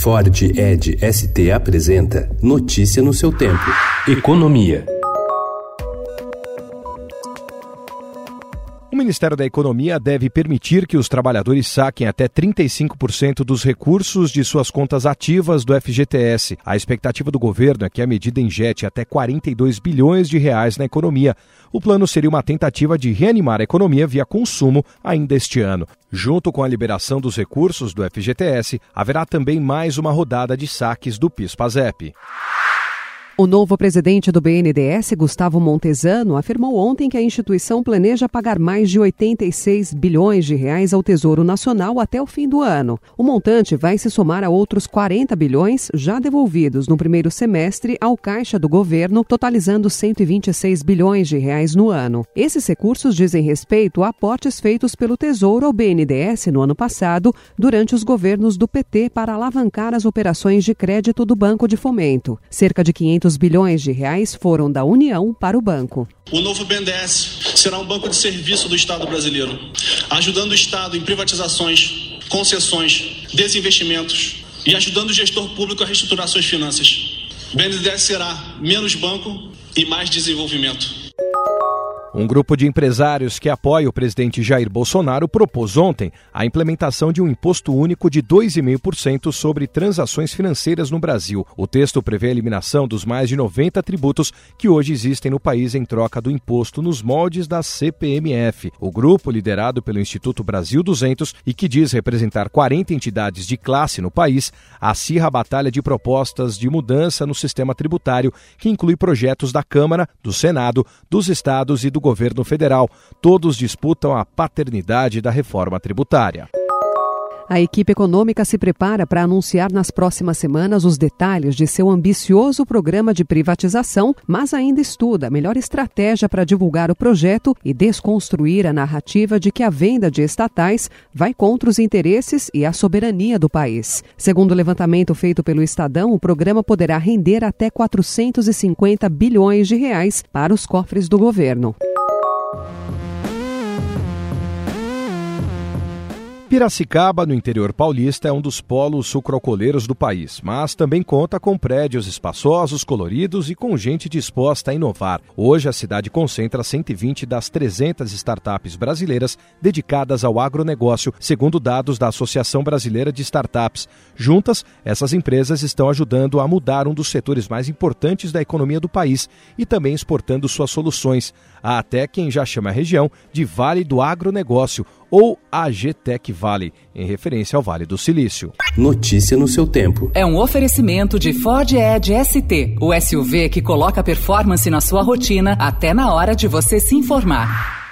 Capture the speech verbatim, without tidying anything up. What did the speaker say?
Ford Edge S T apresenta Notícia no seu tempo. Economia. O Ministério da Economia deve permitir que os trabalhadores saquem até trinta e cinco por cento dos recursos de suas contas ativas do F G T S. A expectativa do governo é que a medida injete até quarenta e dois bilhões de reais na economia. O plano seria uma tentativa de reanimar a economia via consumo ainda este ano. Junto com a liberação dos recursos do F G T S, haverá também mais uma rodada de saques do PIS/PASEP. O novo presidente do B N D E S, Gustavo Montezano, afirmou ontem que a instituição planeja pagar mais de oitenta e seis bilhões de reais ao Tesouro Nacional até o fim do ano. O montante vai se somar a outros quarenta bilhões já devolvidos no primeiro semestre ao caixa do governo, totalizando cento e vinte e seis bilhões de reais no ano. Esses recursos dizem respeito a aportes feitos pelo Tesouro ao B N D E S no ano passado, durante os governos do P T, para alavancar as operações de crédito do Banco de Fomento. Cerca de quinhentos bilhões de reais foram da União para o banco. O novo B N D E S será um banco de serviço do Estado brasileiro, ajudando o Estado em privatizações, concessões, desinvestimentos e ajudando o gestor público a reestruturar suas finanças. O B N D E S será menos banco e mais desenvolvimento. Um grupo de empresários que apoia o presidente Jair Bolsonaro propôs ontem a implementação de um imposto único de dois vírgula cinco por cento sobre transações financeiras no Brasil. O texto prevê a eliminação dos mais de noventa tributos que hoje existem no país em troca do imposto nos moldes da C P M F. O grupo, liderado pelo Instituto Brasil duzentos e que diz representar quarenta entidades de classe no país, acirra a batalha de propostas de mudança no sistema tributário, que inclui projetos da Câmara, do Senado, dos estados e do governo federal. Todos disputam a paternidade da reforma tributária. A equipe econômica se prepara para anunciar nas próximas semanas os detalhes de seu ambicioso programa de privatização, mas ainda estuda a melhor estratégia para divulgar o projeto e desconstruir a narrativa de que a venda de estatais vai contra os interesses e a soberania do país. Segundo o levantamento feito pelo Estadão, o programa poderá render até quatrocentos e cinquenta bilhões de reais para os cofres do governo. Piracicaba, no interior paulista, é um dos polos sucroalcooleiros do país, mas também conta com prédios espaçosos, coloridos e com gente disposta a inovar. Hoje, a cidade concentra cento e vinte das trezentas startups brasileiras dedicadas ao agronegócio, segundo dados da Associação Brasileira de Startups. Juntas, essas empresas estão ajudando a mudar um dos setores mais importantes da economia do país e também exportando suas soluções. Há até quem já chama a região de Vale do Agronegócio, ou A G Tech Valley, em referência ao Vale do Silício. Notícia no seu tempo. É um oferecimento de Ford Edge S T, o S U V que coloca performance na sua rotina até na hora de você se informar.